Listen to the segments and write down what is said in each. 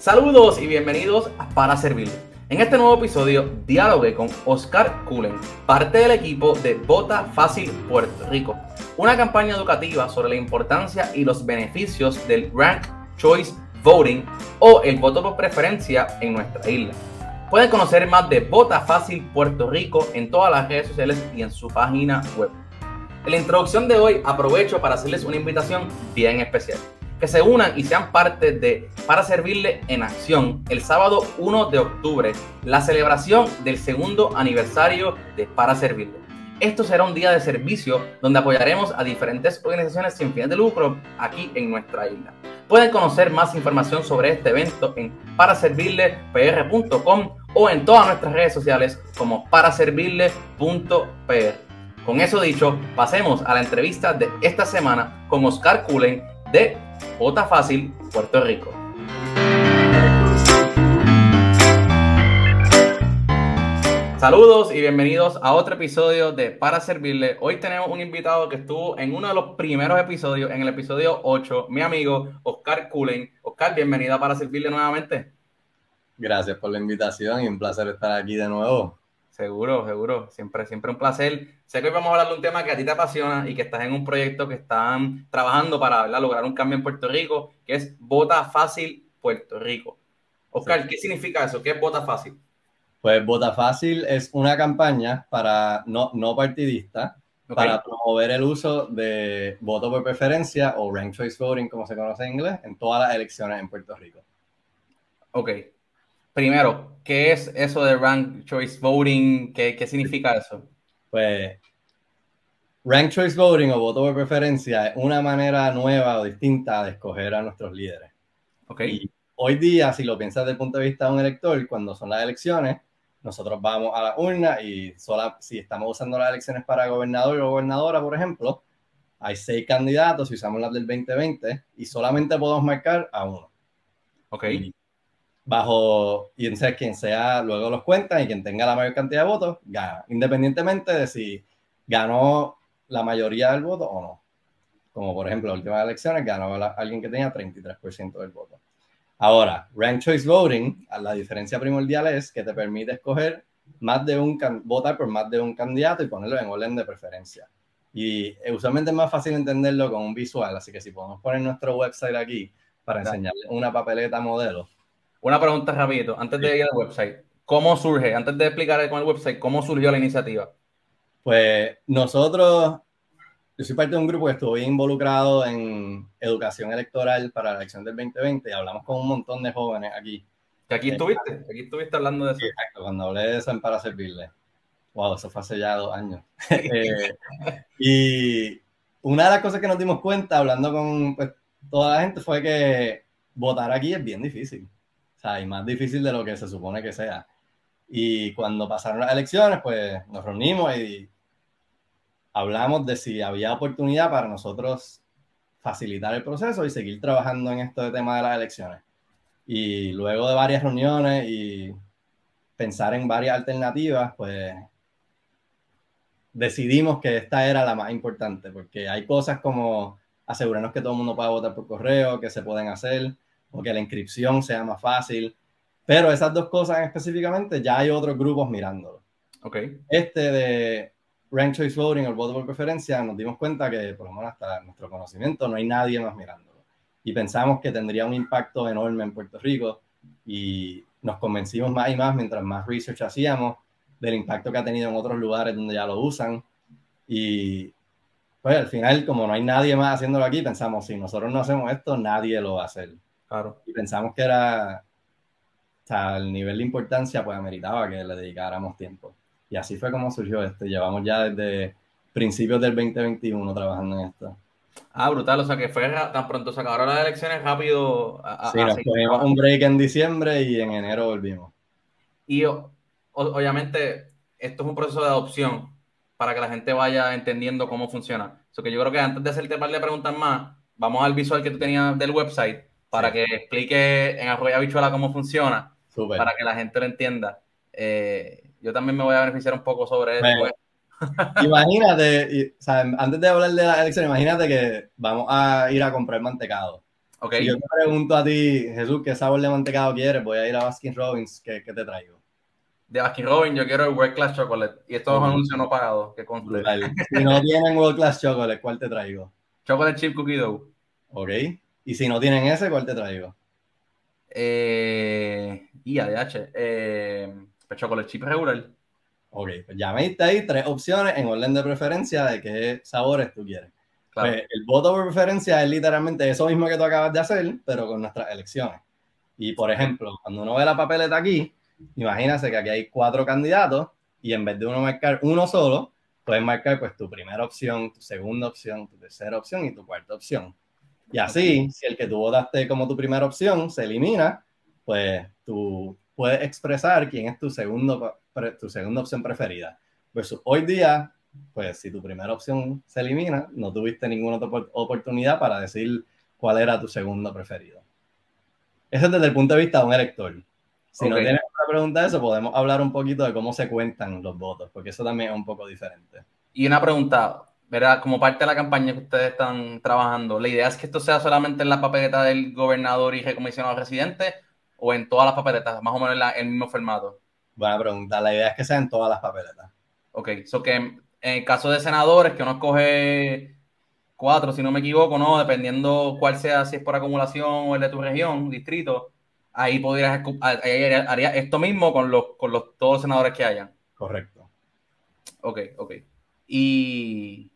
Saludos y bienvenidos a Para Servirle. En este nuevo episodio dialogué con Oscar Cullen, parte del equipo de Vota Fácil Puerto Rico, una campaña educativa sobre la importancia y los beneficios del Ranked Choice Voting o el voto por preferencia en nuestra isla. Pueden conocer más de Vota Fácil Puerto Rico en todas las redes sociales y en su página web. En la introducción de hoy aprovecho para hacerles una invitación bien especial. Que se unan y sean parte de Para Servirle en Acción el sábado 1 de octubre, la celebración del segundo aniversario de Para Servirle. Esto será un día de servicio donde apoyaremos a diferentes organizaciones sin fines de lucro aquí en nuestra isla. Pueden conocer más información sobre este evento en paraservirlepr.com o en todas nuestras redes sociales como paraservirle.pr. Con eso dicho, pasemos a la entrevista de esta semana con Oscar Cullen de Vota Fácil Puerto Rico. Saludos y bienvenidos a otro episodio de Para Servirle. Hoy tenemos un invitado que estuvo en uno de los primeros episodios, en el episodio 8, mi amigo Oscar Cullen. Oscar, bienvenido a Para Servirle nuevamente. Gracias por la invitación y un placer estar aquí de nuevo. Seguro. Siempre un placer. Sé que hoy vamos a hablar de un tema que a ti te apasiona y que estás en un proyecto que están trabajando para, ¿verdad?, lograr un cambio en Puerto Rico, que es Vota Fácil Puerto Rico. Oscar, sí. ¿Qué significa eso? ¿Qué es Vota Fácil? Pues Vota Fácil es una campaña para no partidista, para promover el uso de voto por preferencia o Ranked Choice Voting, como se conoce en inglés, en todas las elecciones en Puerto Rico. Ok. Primero, ¿qué es eso de Ranked Choice Voting? ¿Qué significa eso? Pues Ranked Choice Voting o voto por preferencia es una manera nueva o distinta de escoger a nuestros líderes. Y hoy día, si lo piensas desde el punto de vista de un elector, cuando son las elecciones, nosotros vamos a la urna y si estamos usando las elecciones para gobernador o gobernadora, por ejemplo, hay 6 candidatos, si usamos las del 2020, y solamente podemos marcar a uno. Y entonces quien sea, luego los cuentan y quien tenga la mayor cantidad de votos, gana, independientemente de si ganó la mayoría del voto o no. Como por ejemplo, en las últimas elecciones ganó alguien que tenía 33% del voto. Ahora, Ranked Choice Voting, la diferencia primordial es que te permite escoger votar por más de un candidato y ponerlo en orden de preferencia. Y usualmente es más fácil entenderlo con un visual, así que si podemos poner nuestro website aquí para enseñarles una papeleta modelo. Una pregunta rapidito, antes de ir al website. ¿Cómo surge? Antes de explicar con el website, ¿cómo surgió la iniciativa? Pues yo soy parte de un grupo que estuvo bien involucrado en educación electoral para la elección del 2020 y hablamos con un montón de jóvenes aquí. Aquí estuviste hablando de eso. Exacto, cuando hablé de eso en Para Servirle. Wow, eso fue hace ya 2 años. Y una de las cosas que nos dimos cuenta hablando con toda la gente fue que votar aquí es bien difícil. O sea, y más difícil de lo que se supone que sea. Y cuando pasaron las elecciones, pues nos reunimos y hablamos de si había oportunidad para nosotros facilitar el proceso y seguir trabajando en este tema de las elecciones. Y luego de varias reuniones y pensar en varias alternativas, pues decidimos que esta era la más importante, porque hay cosas como asegurarnos que todo el mundo pueda votar por correo, que se pueden hacer, o que la inscripción sea más fácil. Pero esas 2 cosas específicamente ya hay otros grupos mirándolo. Este de Ranked Choice Voting o el voto por preferencia, nos dimos cuenta que, por lo menos hasta nuestro conocimiento, no hay nadie más mirándolo. Y pensamos que tendría un impacto enorme en Puerto Rico y nos convencimos más y más mientras más research hacíamos del impacto que ha tenido en otros lugares donde ya lo usan. Y pues al final, como no hay nadie más haciéndolo aquí, pensamos, si nosotros no hacemos esto, nadie lo va a hacer. Claro. Y pensamos que era, o sea, el nivel de importancia pues ameritaba que le dedicáramos tiempo. Y así fue como surgió esto. Llevamos ya desde principios del 2021 trabajando en esto. Brutal, o sea que fue tan pronto se acabaron las elecciones rápido. Sí, nos cogimos un break en diciembre y en enero volvimos. Y obviamente esto es un proceso de adopción para que la gente vaya entendiendo cómo funciona. So que yo creo que antes de hacerte un par de preguntas más, vamos al visual que tú tenías del website para que explique en Arroyo Habichuela cómo funciona. Super. Para que la gente lo entienda. Yo también me voy a beneficiar un poco sobre esto. Imagínate, o sea, antes de hablar de la elección, imagínate que vamos a ir a comprar mantecado. Ok. Si yo te pregunto a ti, Jesús, ¿qué sabor de mantecado quieres? Voy a ir a Baskin Robbins, ¿qué te traigo? De Baskin Robbins, yo quiero el World Class Chocolate. Y esto es un Ok, anuncio no pagado, que conste. brutal. Si no tienen World Class Chocolate, ¿cuál te traigo? Chocolate Chip Cookie Dough. Ok. Y si no tienen ese, ¿cuál te traigo? Y ADH. Pues Chocolate Chip regular. Ok, pues ya me diste ahí tres opciones en orden de preferencia de qué sabores tú quieres. Claro. Pues el voto por preferencia es literalmente eso mismo que tú acabas de hacer, pero con nuestras elecciones. Y por Ok. ejemplo, cuando uno ve la papeleta aquí, imagínate que aquí hay 4 candidatos y en vez de uno marcar uno solo, puedes marcar pues tu primera opción, tu segunda opción, tu tercera opción y tu cuarta opción. Y Ok. así, si el que tú votaste como tu primera opción se elimina, pues tú puedes expresar quién es tu segunda opción preferida. Versus hoy día, pues si tu primera opción se elimina, no tuviste ninguna otra oportunidad para decir cuál era tu segundo preferido. Eso es desde el punto de vista de un elector. Si Ok. no tienes otra pregunta de eso, podemos hablar un poquito de cómo se cuentan los votos, porque eso también es un poco diferente. Y una pregunta, ¿verdad? Como parte de la campaña que ustedes están trabajando, ¿la idea es que esto sea solamente en la papeleta del gobernador y recomisionado residente o en todas las papeletas, más o menos el mismo formato? Buena pregunta. La idea es que sean todas las papeletas. Ok, so que en el caso de senadores, que uno escoge cuatro, si no me equivoco, ¿no? Dependiendo cuál sea, si es por acumulación o el de tu región, distrito, ahí podrías, ahí haría esto mismo con todos los senadores que hayan. Correcto. Ok, ok. Y,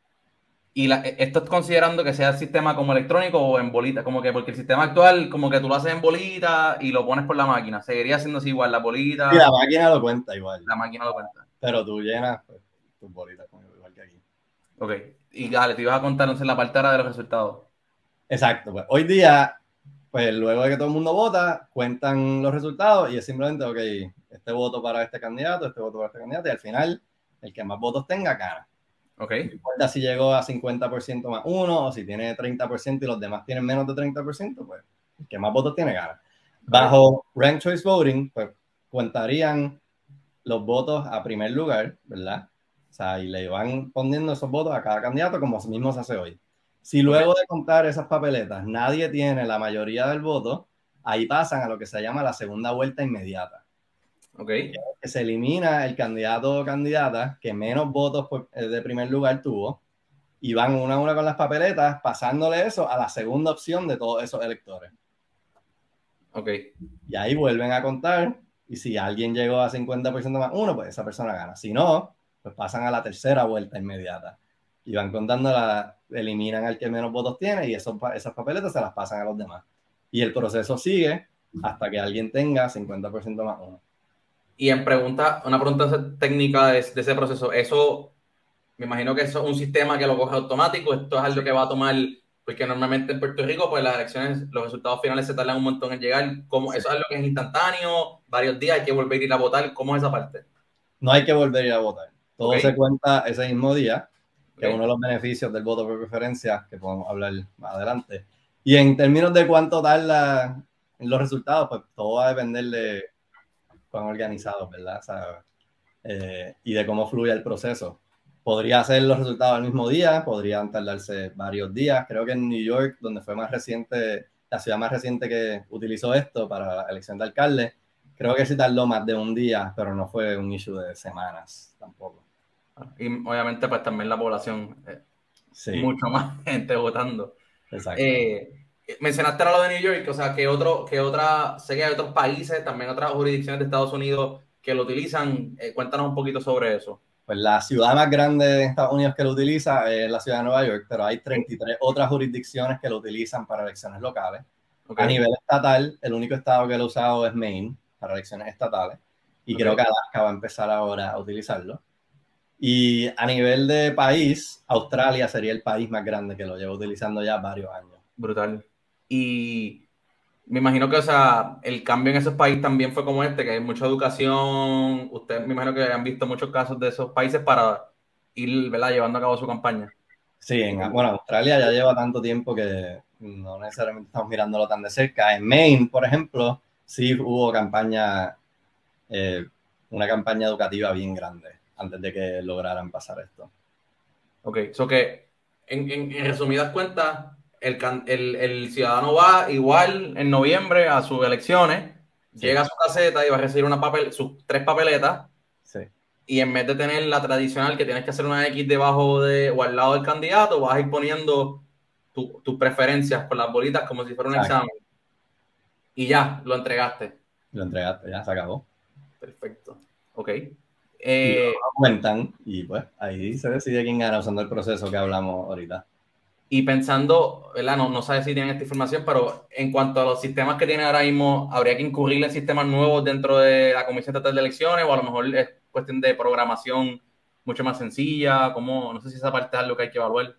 esto es considerando que sea el sistema como electrónico o en bolita, como que porque el sistema actual, como que tú lo haces en bolita y lo pones por la máquina, seguiría siendo así igual, la Y la bolita, máquina lo cuenta igual. la máquina lo cuenta. Pero tú llenas pues, tus bolitas igual que aquí. Ok, y dale, te ibas a contar entonces la parte ahora de los resultados. Exacto, pues hoy día, pues luego de que todo el mundo vota, cuentan los resultados y es simplemente, ok, este voto para este candidato, este voto para este candidato, y al final, el que más votos tenga, gana. Ok, No importa si llegó a 50% más uno o si tiene 30% y los demás tienen menos de 30%, pues el que más votos tiene, gana. ok, Bajo Ranked Choice Voting, pues contarían los votos a primer lugar, ¿verdad? O sea, y le van poniendo esos votos a cada candidato como mismo se hace hoy. Si ok, luego de contar esas papeletas nadie tiene la mayoría del voto, ahí pasan a lo que se llama la segunda vuelta inmediata. ok, Que se elimina el candidato o candidata que menos votos de primer lugar tuvo y van una a una con las papeletas pasándole eso a la segunda opción de todos esos electores. ok. Y ahí vuelven a contar y si alguien llegó a 50% más uno, pues esa persona gana. Si no, pues pasan a la tercera vuelta inmediata. Y van contando, eliminan al que menos votos tiene y esas papeletas se las pasan a los demás. Y el proceso sigue hasta que alguien tenga 50% más uno. Y una pregunta técnica de ese proceso, eso, me imagino que eso es un sistema que lo coge automático, esto es algo Sí. que va a tomar, porque normalmente en Puerto Rico, pues las elecciones, los resultados finales se tardan un montón en llegar, ¿cómo, Sí. eso es algo que es instantáneo, varios días, hay que volver a ir a votar, ¿cómo es esa parte? No hay que volver a ir a votar. Ok, Todo se cuenta ese mismo día, que es uno de ok, los beneficios del voto por preferencia, que podemos hablar más adelante. Y en términos de cuánto tarda en los resultados, pues todo va a depender de cuán organizados, ¿verdad? O sea, y de cómo fluye el proceso. Podría ser los resultados el mismo día, podrían tardarse varios días. Creo que en New York, donde fue más reciente, la ciudad más reciente que utilizó esto para la elección de alcalde, creo que sí tardó más de un día, pero no fue un issue de semanas tampoco. y obviamente pues también la población, Sí, mucho más gente votando. exacto. Mencionaste ahora lo de New York, o sea, sé que hay otros países, también otras jurisdicciones de Estados Unidos que lo utilizan. Cuéntanos un poquito sobre eso. Pues la ciudad más grande de Estados Unidos que lo utiliza es la ciudad de Nueva York, pero hay Ok, 33 otras jurisdicciones que lo utilizan para elecciones locales. ok, A nivel estatal, el único estado que lo ha usado es Maine para elecciones estatales y ok, creo que Alaska va a empezar ahora a utilizarlo. Y a nivel de país, Australia sería el país más grande que lo lleva utilizando ya varios años. brutal. Y me imagino que, o sea, el cambio en esos países también fue como este, que hay mucha educación. Ustedes me imagino que han visto muchos casos de esos países para ir, ¿verdad?, llevando a cabo su campaña. Sí, bueno, Australia ya lleva tanto tiempo que no necesariamente estamos mirándolo tan de cerca. En Maine, por ejemplo, sí hubo eh, una campaña educativa bien grande antes de que lograran pasar esto. Ok, so que en resumidas cuentas, el ciudadano va igual en noviembre a sus elecciones, Sí. llega a su caseta y va a recibir sus 3 papeletas, Sí. y en vez de tener la tradicional que tienes que hacer una X debajo o al lado del candidato, vas a ir poniendo tus preferencias con las bolitas como si fuera un Exacto. examen. Y ya, lo entregaste. Lo entregaste, ya se acabó. Perfecto. Ok. Y lo cuentan y pues ahí se decide quién gana usando el proceso que hablamos ahorita. Y pensando, ¿verdad? No sabes si tienen esta información, pero en cuanto a los sistemas que tienen ahora mismo, ¿habría que incurrir en sistemas nuevos dentro de la Comisión Estatal de Elecciones? O a lo mejor es cuestión de programación mucho más sencilla. ¿Cómo? No sé si esa parte es algo que hay que evaluar.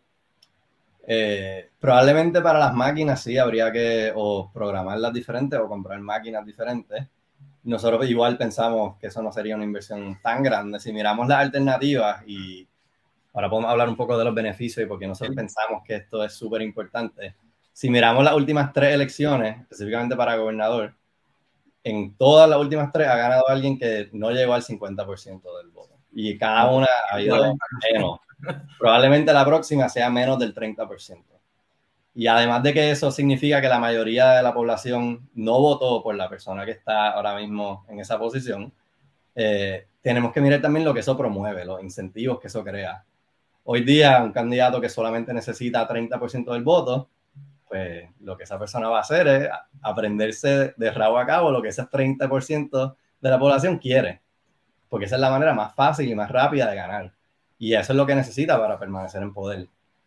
Probablemente para las máquinas sí habría que o programarlas diferentes o comprar máquinas diferentes. Nosotros igual pensamos que eso no sería una inversión tan grande. Si miramos las alternativas, y ahora podemos hablar un poco de los beneficios y por qué nosotros pensamos que esto es súper importante. Si miramos las últimas 3 elecciones, específicamente para gobernador, en todas las últimas 3 ha ganado alguien que no llegó al 50% del voto. Y cada una ha ido menos. Probablemente la próxima sea menos del 30%. Y además de que eso significa que la mayoría de la población no votó por la persona que está ahora mismo en esa posición, tenemos que mirar también lo que eso promueve, los incentivos que eso crea. Hoy día, un candidato que solamente necesita 30% del voto, pues lo que esa persona va a hacer es aprenderse de rabo a cabo lo que ese 30% de la población quiere, porque esa es la manera más fácil y más rápida de ganar. Y eso es lo que necesita para permanecer en poder.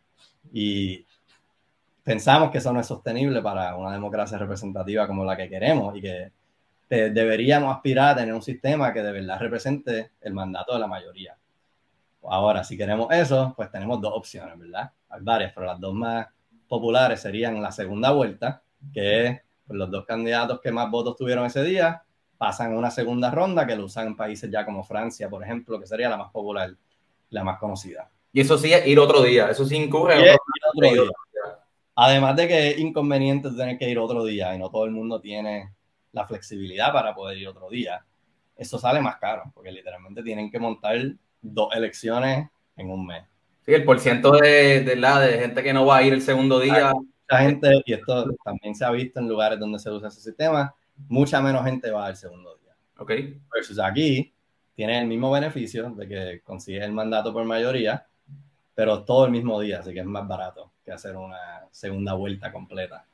Y pensamos que eso no es sostenible para una democracia representativa como la que queremos y que deberíamos aspirar a tener un sistema que de verdad represente el mandato de la mayoría. Ahora, si queremos eso, pues tenemos 2 opciones, ¿verdad? Hay varias, pero las 2 más populares serían la segunda vuelta, que es pues, los 2 candidatos que más votos tuvieron ese día, pasan a una segunda ronda que lo usan en países ya como Francia, por ejemplo, que sería la más popular, la más conocida. Y eso sí es ir otro día. Eso sí incurre en otro día. Además de que es inconveniente tener que ir otro día y no todo el mundo tiene la flexibilidad para poder ir otro día, eso sale más caro, porque literalmente tienen que montar 2 elecciones en un mes. Sí, el porciento de gente que no va a ir el segundo día. Mucha gente, y esto también se ha visto en lugares donde se usa ese sistema, mucha menos gente va al segundo día. Ok. Versus aquí, tienes el mismo beneficio de que consigues el mandato por mayoría, pero todo el mismo día, así que es más barato que hacer una segunda vuelta completa.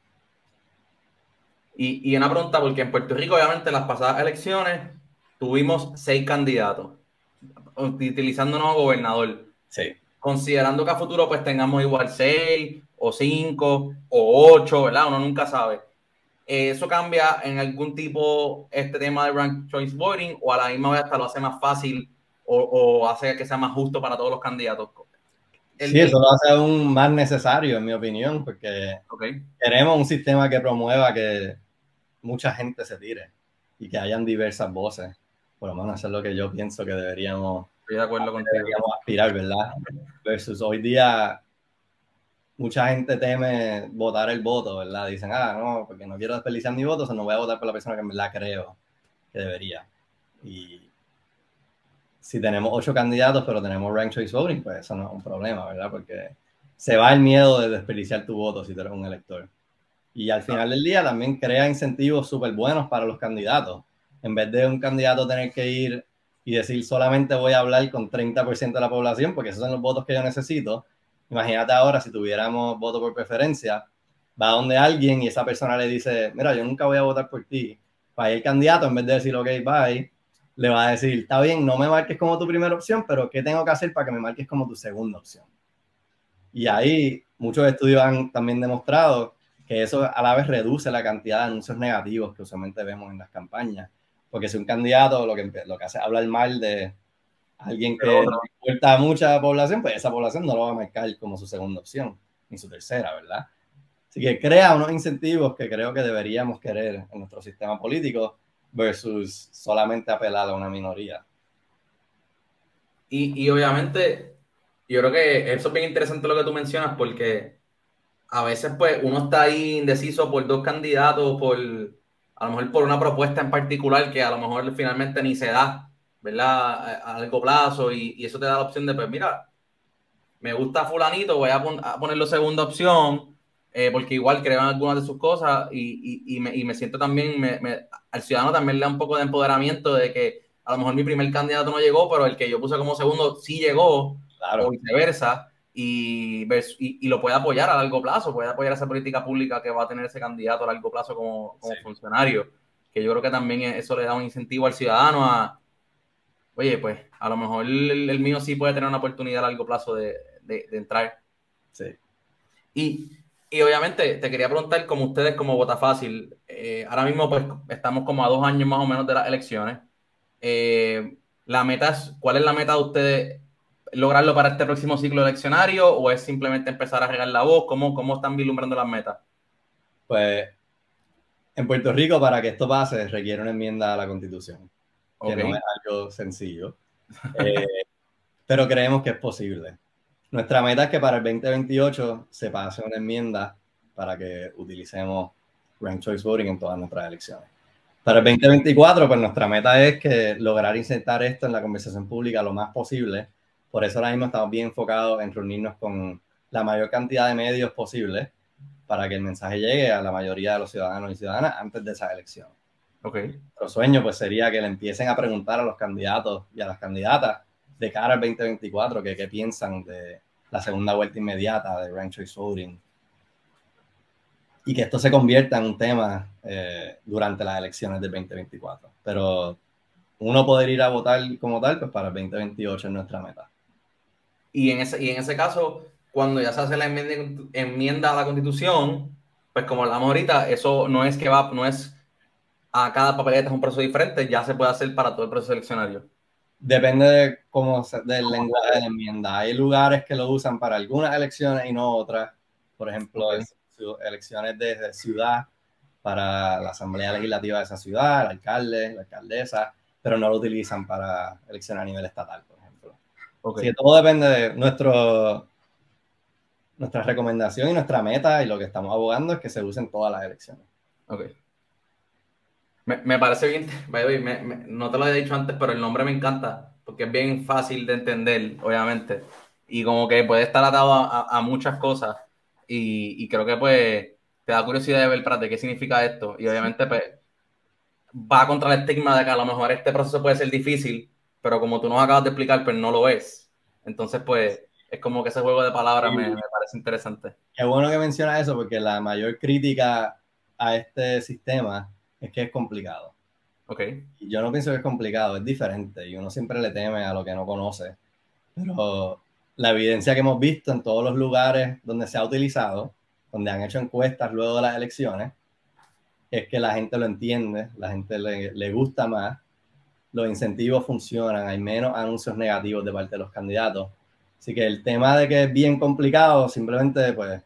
Y una pregunta, porque en Puerto Rico, obviamente, las pasadas elecciones tuvimos 6 candidatos, utilizándonos a gobernador. Sí. Considerando que a futuro pues tengamos igual 6 o 5 o 8, ¿verdad? Uno nunca sabe. ¿Eso cambia en algún tipo este tema de Ranked Choice Voting o a la misma vez hasta lo hace más fácil o hace que sea más justo para todos los candidatos? Sí, eso lo hace aún más necesario, en mi opinión, porque queremos un sistema que promueva que mucha gente se tire y que hayan diversas voces. Por lo menos eso es lo que yo pienso que deberíamos aspirar, ¿verdad? Versus hoy día mucha gente teme votar el voto, ¿verdad? Dicen, no, porque no quiero desperdiciar mi voto, o sea, no voy a votar por la persona que en verdad creo que debería. Y si tenemos 8 candidatos, pero tenemos ranked choice voting, pues eso no es un problema, ¿verdad? Porque se va el miedo de desperdiciar tu voto si tú eres un elector. Y al final del día también crea incentivos súper buenos para los candidatos. En vez de un candidato tener que ir y decir solamente voy a hablar con 30% de la población, porque esos son los votos que yo necesito. Imagínate ahora si tuviéramos voto por preferencia, va donde alguien y esa persona le dice, mira, yo nunca voy a votar por ti. Para el candidato, en vez de decir, ok, bye, le va a decir, está bien, no me marques como tu primera opción, pero ¿qué tengo que hacer para que me marques como tu segunda opción? Y ahí muchos estudios han también demostrado que eso a la vez reduce la cantidad de anuncios negativos que usualmente vemos en las campañas. Porque si un candidato lo que hace es hablar mal de alguien que no importa a mucha población, pues esa población no lo va a marcar como su segunda opción, ni su tercera, ¿verdad? Así que crea unos incentivos que creo que deberíamos querer en nuestro sistema político versus solamente apelar a una minoría. Y obviamente, yo creo que eso es bien interesante lo que tú mencionas, porque a veces pues uno está ahí indeciso por 2 candidatos, a lo mejor por una propuesta en particular que a lo mejor finalmente ni se da, ¿verdad? A largo plazo, y eso te da la opción de, pues mira, me gusta fulanito, voy a ponerlo segunda opción, porque igual creo en algunas de sus cosas y me siento también, al ciudadano también le da un poco de empoderamiento de que a lo mejor mi primer candidato no llegó, pero el que yo puse como segundo sí llegó, o Claro, viceversa, y lo puede apoyar a largo plazo, puede apoyar esa política pública que va a tener ese candidato a largo plazo como sí, funcionario, que yo creo que también eso le da un incentivo al ciudadano a, oye, pues a lo mejor el mío sí puede tener una oportunidad a largo plazo de entrar. sí. Y, y obviamente te quería preguntar, como ustedes, como Vota Fácil, ahora mismo pues estamos como a 2 años más o menos de las elecciones. La meta ¿cuál es la meta de ustedes? ¿Lograrlo para este próximo ciclo eleccionario o es simplemente empezar a regar la voz? ¿Cómo están vislumbrando las metas? Pues en Puerto Rico, para que esto pase, requiere una enmienda a la Constitución, que Ok, no es algo sencillo, eh, pero creemos que es posible. Nuestra meta es que para el 2028 se pase una enmienda para que utilicemos Ranked Choice Voting en todas nuestras elecciones. Para el ok, 2024, pues nuestra meta es que lograr insertar esto en la conversación pública lo más posible. Por eso ahora mismo estamos bien enfocados en reunirnos con la mayor cantidad de medios posible para que el mensaje llegue a la mayoría de los ciudadanos y ciudadanas antes de esas elecciones. ok. Nuestro sueño pues sería que le empiecen a preguntar a los candidatos y a las candidatas de cara al 2024 que qué piensan de la segunda vuelta inmediata de Ranked Choice Voting y que esto se convierta en un tema durante las elecciones del 2024. Pero uno poder ir a votar como tal, pues para el 2028 es nuestra meta. Y en ese caso, cuando ya se hace la enmienda a la Constitución, pues como hablamos ahorita, eso no es que va, no es a cada papeleta es un proceso diferente, ya se puede hacer para todo el proceso eleccionario. Depende de del lenguaje de la enmienda. Hay lugares que lo usan para algunas elecciones y no otras. Por ejemplo, Okay. elecciones de ciudad para la Asamblea Legislativa de esa ciudad, el alcalde, la alcaldesa, pero no lo utilizan para elecciones a nivel estatal, por ejemplo. Así que Okay. todo depende de nuestra recomendación y nuestra meta y lo que estamos abogando es que se usen todas las elecciones. Okay. Me parece bien, by the way, no te lo había dicho antes, pero el nombre me encanta, porque es bien fácil de entender, obviamente, y como que puede estar atado a muchas cosas, y creo que pues te da curiosidad de ver, espérate, qué significa esto, y obviamente pues va contra el estigma de que a lo mejor este proceso puede ser difícil, pero como tú nos acabas de explicar, pues no lo es. Entonces pues es como que ese juego de palabras me Y parece interesante. qué bueno que mencionas eso porque la mayor crítica a este sistema es que es complicado. Ok, Y yo no pienso que es complicado, es diferente y uno siempre le teme a lo que no conoce. Pero la evidencia que hemos visto en todos los lugares donde se ha utilizado, donde han hecho encuestas luego de las elecciones, es que la gente lo entiende, la gente le gusta más, los incentivos funcionan, hay menos anuncios negativos de parte de los candidatos. Así que el tema de que es bien complicado, simplemente pues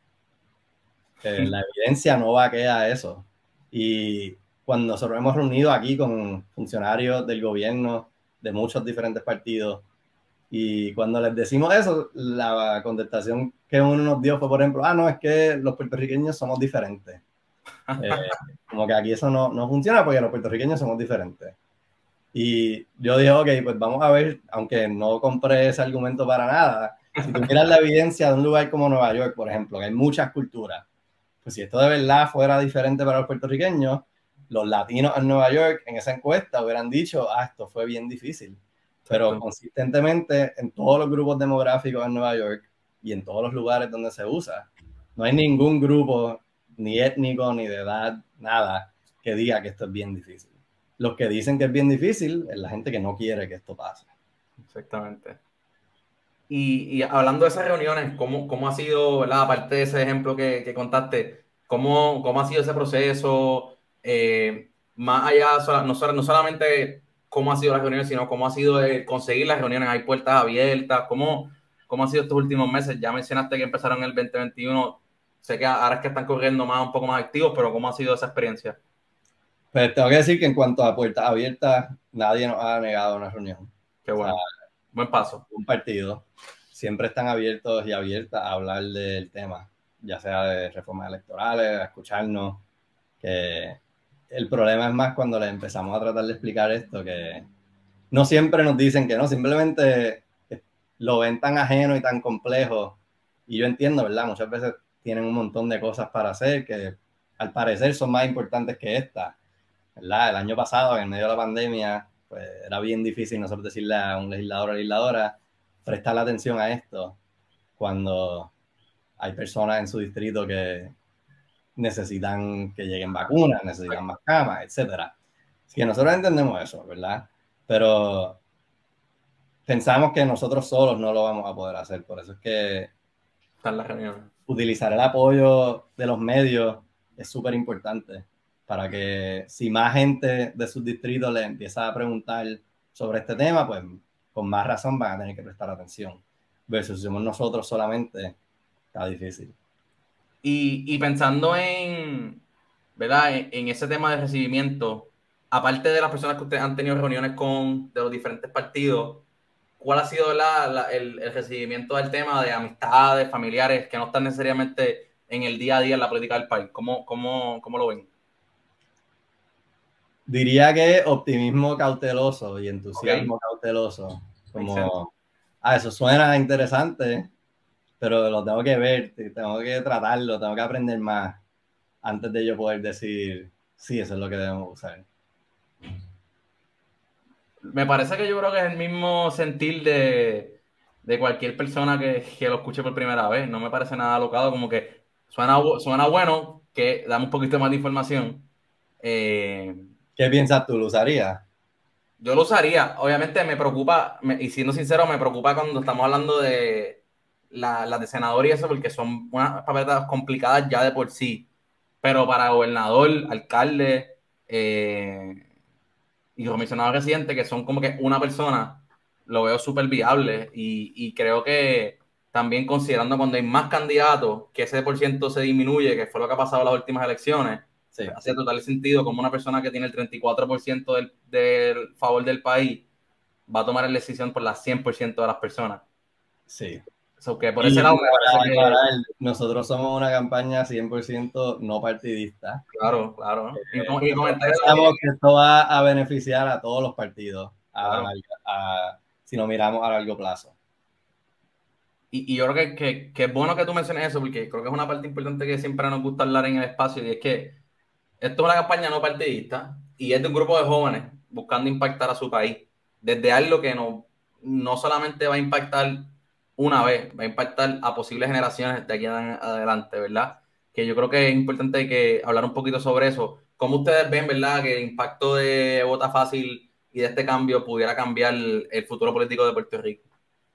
la evidencia no va a quedar eso. Y cuando nosotros hemos reunido aquí con funcionarios del gobierno de muchos diferentes partidos, y cuando les decimos eso, la contestación que uno nos dio fue, por ejemplo, no, es que los puertorriqueños somos diferentes. Eh, Como que aquí eso no funciona porque los puertorriqueños somos diferentes. Y yo dije, ok, pues vamos a ver, aunque no compré ese argumento para nada, si tú miras la evidencia de un lugar como Nueva York, por ejemplo, que hay muchas culturas, pues si esto de verdad fuera diferente para los puertorriqueños, los latinos en Nueva York en esa encuesta hubieran dicho, esto fue bien difícil. Pero exacto. consistentemente en todos los grupos demográficos en Nueva York y en todos los lugares donde se usa, no hay ningún grupo, ni étnico, ni de edad, nada, que diga que esto es bien difícil. Los que dicen que es bien difícil es la gente que no quiere que esto pase. Exactamente. Y hablando de esas reuniones, ¿cómo ha sido, ¿verdad? Aparte de ese ejemplo que contaste, ¿cómo ha sido ese proceso? Más allá, no solamente cómo ha sido las reuniones, sino cómo ha sido conseguir las reuniones. ¿Hay puertas abiertas? ¿Cómo ha sido estos últimos meses? Ya mencionaste que empezaron en el 2021. Sé que ahora es que están corriendo un poco más activos, pero ¿cómo ha sido esa experiencia? Pero tengo que decir que en cuanto a puertas abiertas, nadie nos ha negado una reunión. Qué O sea, bueno. Buen paso. un partido siempre están abiertos y abiertas a hablar del tema, ya sea de reformas electorales, a escucharnos, que el problema es más cuando les empezamos a tratar de explicar esto, que no siempre nos dicen que no, simplemente lo ven tan ajeno y tan complejo, y yo entiendo, ¿verdad? Muchas veces tienen un montón de cosas para hacer que al parecer son más importantes que esta, ¿verdad? El año pasado, en medio de la pandemia, pues era bien difícil nosotros decirle a un legislador o legisladora prestar la atención a esto cuando hay personas en su distrito que necesitan que lleguen vacunas, necesitan más camas, etcétera. Así que nosotros entendemos eso, ¿verdad? Pero pensamos que nosotros solos no lo vamos a poder hacer, por eso es que Están las reuniones. utilizar el apoyo de los medios es súper importante para que si más gente de sus distritos le empieza a preguntar sobre este tema, pues con más razón van a tener que prestar atención. Versus si somos nosotros solamente, está difícil. Y pensando en, ¿verdad? En ese tema de recibimiento, aparte de las personas que ustedes han tenido reuniones con de los diferentes partidos, ¿cuál ha sido el recibimiento del tema de amistades, familiares que no están necesariamente en el día a día en la política del país? ¿Cómo lo ven? Diría que optimismo cauteloso y entusiasmo Ok. cauteloso. Makes sense. Como, eso suena interesante, pero lo tengo que ver, tengo que tratarlo, tengo que aprender más antes de yo poder decir, sí, eso es lo que debemos usar. Me parece que yo creo que es el mismo sentir de cualquier persona que lo escuche por primera vez. No me parece nada alocado, como que suena bueno, que dame un poquito más de información. Eh, ¿Qué piensas tú? ¿Lo usarías? yo lo usaría. Obviamente me preocupa, y siendo sincero, me preocupa cuando estamos hablando de las de senador y eso, porque son unas papeletas complicadas ya de por sí. Pero para gobernador, alcalde, y comisionado residente, que son como que una persona, lo veo súper viable y creo que también considerando cuando hay más candidatos, que ese por ciento se disminuye, que fue lo que ha pasado en las últimas elecciones, Sí, hace total sentido como una persona que tiene el 34% del favor del país va a tomar la decisión por las 100% de las personas. sí. So que por ese Y lado me parece para que, aclarar, nosotros somos una campaña 100% no partidista. claro, claro. Mi Nosotros comentario pensamos que esto va a beneficiar a todos los partidos claro. si lo miramos a largo plazo. Y yo creo que es bueno que tú menciones eso, porque creo que es una parte importante que siempre nos gusta hablar en el espacio, y es que esto es una campaña no partidista y es de un grupo de jóvenes buscando impactar a su país, desde algo que no solamente va a impactar una vez, va a impactar a posibles generaciones de aquí en adelante, ¿verdad? Que yo creo que es importante que hablar un poquito sobre eso. ¿Cómo ustedes ven, verdad, que el impacto de Vota Fácil y de este cambio pudiera cambiar el futuro político de Puerto Rico?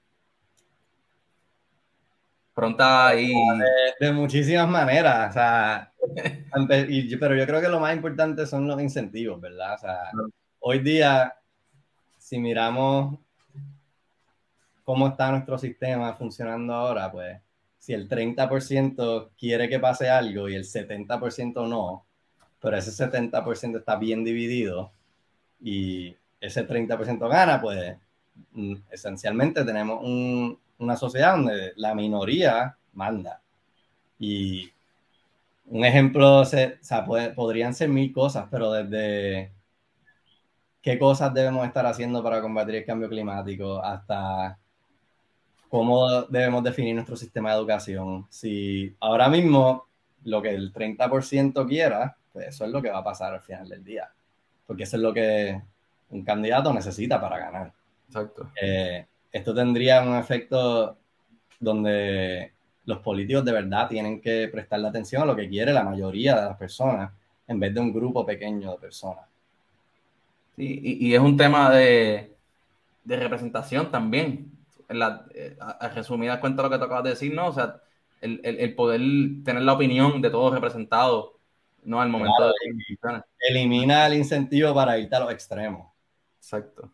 Pronta y... De muchísimas maneras, o sea, pero yo creo que lo más importante son los incentivos, ¿verdad? O sea, hoy día, si miramos cómo está nuestro sistema funcionando ahora, pues si el 30% quiere que pase algo y el 70% no, pero ese 70% está bien dividido y ese 30% gana, pues esencialmente tenemos una sociedad donde la minoría manda. Y un ejemplo, podrían ser mil cosas, pero desde qué cosas debemos estar haciendo para combatir el cambio climático hasta cómo debemos definir nuestro sistema de educación. Si ahora mismo lo que el 30% quiera, pues eso es lo que va a pasar al final del día, porque eso es lo que un candidato necesita para ganar. Exacto. Esto tendría un efecto donde los políticos de verdad tienen que prestarle atención a lo que quiere la mayoría de las personas en vez de un grupo pequeño de personas. Sí, y es un tema de representación también. A resumidas cuentas lo que te acabas de decir, ¿no? O sea, el poder tener la opinión de todos representados, ¿no? Al momento Claro, de tomar y decisiones. elimina el incentivo para irte a los extremos. Exacto.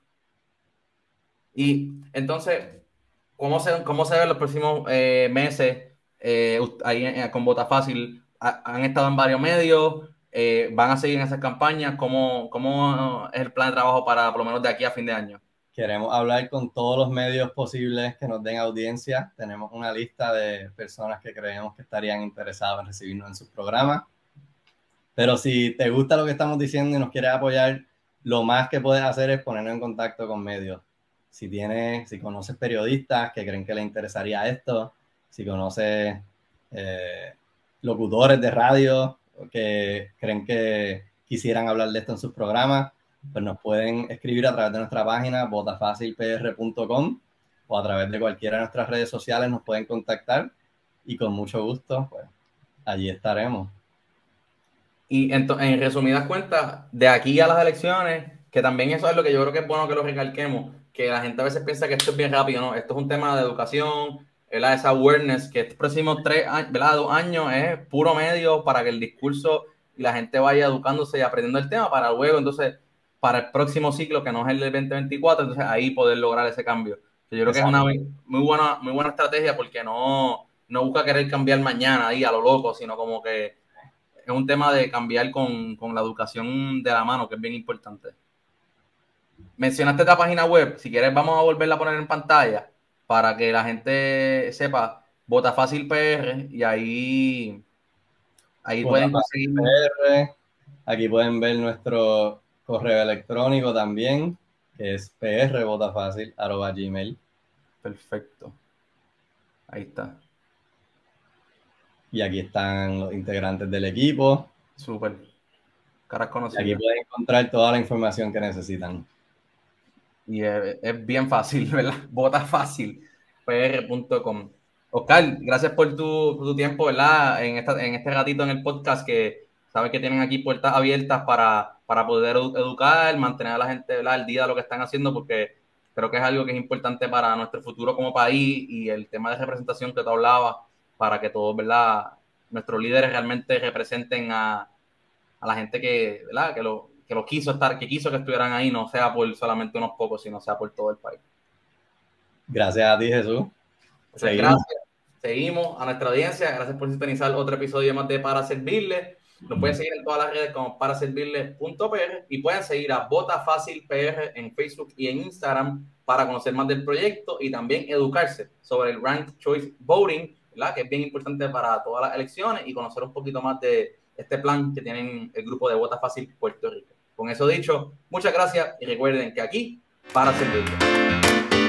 Y entonces, ¿cómo se ven los próximos meses ahí con Vota Fácil? ¿Han estado en varios medios? ¿Van a seguir en esas campañas? ¿Cómo es el plan de trabajo para por lo menos de aquí a fin de año? Queremos hablar con todos los medios posibles que nos den audiencia. Tenemos una lista de personas que creemos que estarían interesados en recibirnos en sus programas. Pero si te gusta lo que estamos diciendo y nos quieres apoyar, lo más que puedes hacer es ponernos en contacto con medios. Si conoces periodistas que creen que les interesaría esto, si conoces locutores de radio que creen que quisieran hablar de esto en sus programas, pues nos pueden escribir a través de nuestra página votafacilpr.com o a través de cualquiera de nuestras redes sociales nos pueden contactar y con mucho gusto, pues allí estaremos. Y en resumidas cuentas, de aquí a las elecciones, que también eso es lo que yo creo que es bueno que lo recalquemos, que la gente a veces piensa que esto es bien rápido, ¿no? Esto es un tema de educación, ¿verdad? Esa awareness, que estos próximos 3 años, ¿verdad? 2 años es puro medio para que el discurso y la gente vaya educándose y aprendiendo el tema para luego, entonces, para el próximo ciclo, que no es el del 2024, entonces ahí poder lograr ese cambio. Yo creo que es una muy buena estrategia porque no busca querer cambiar mañana ahí a lo loco, sino como que es un tema de cambiar con la educación de la mano, que es bien importante. Mencionaste esta página web, si quieres vamos a volverla a poner en pantalla para que la gente sepa, Vota Fácil PR, y ahí pueden conseguir. PR. Aquí pueden ver nuestro correo electrónico también, que es prvotafacil@gmail. Perfecto. Ahí está. Y aquí están los integrantes del equipo. Súper. Caras conocidas. Aquí pueden encontrar toda la información que necesitan. Y es bien fácil, ¿verdad? Votafacilpr.com. Oscar, gracias por tu tiempo, ¿verdad? En este ratito en el podcast, que sabes que tienen aquí puertas abiertas para poder educar, mantener a la gente, ¿verdad?, al día de lo que están haciendo, porque creo que es algo que es importante para nuestro futuro como país y el tema de representación que tú hablabas, para que todos, ¿verdad?, nuestros líderes realmente representen a la gente que, ¿verdad?, que lo quiso que estuvieran ahí, no sea por solamente unos pocos, sino sea por todo el país. Gracias a ti, Jesús. Gracias. Seguimos a nuestra audiencia. Gracias por sintonizar otro episodio más de Para Servirle. Nos pueden seguir en todas las redes como paraservirle.pr y pueden seguir a Vota Fácil PR en Facebook y en Instagram para conocer más del proyecto y también educarse sobre el Ranked Choice Voting, ¿verdad?, que es bien importante para todas las elecciones, y conocer un poquito más de este plan que tienen el grupo de Vota Fácil Puerto Rico. Con eso dicho, muchas gracias y recuerden que aquí para servirle.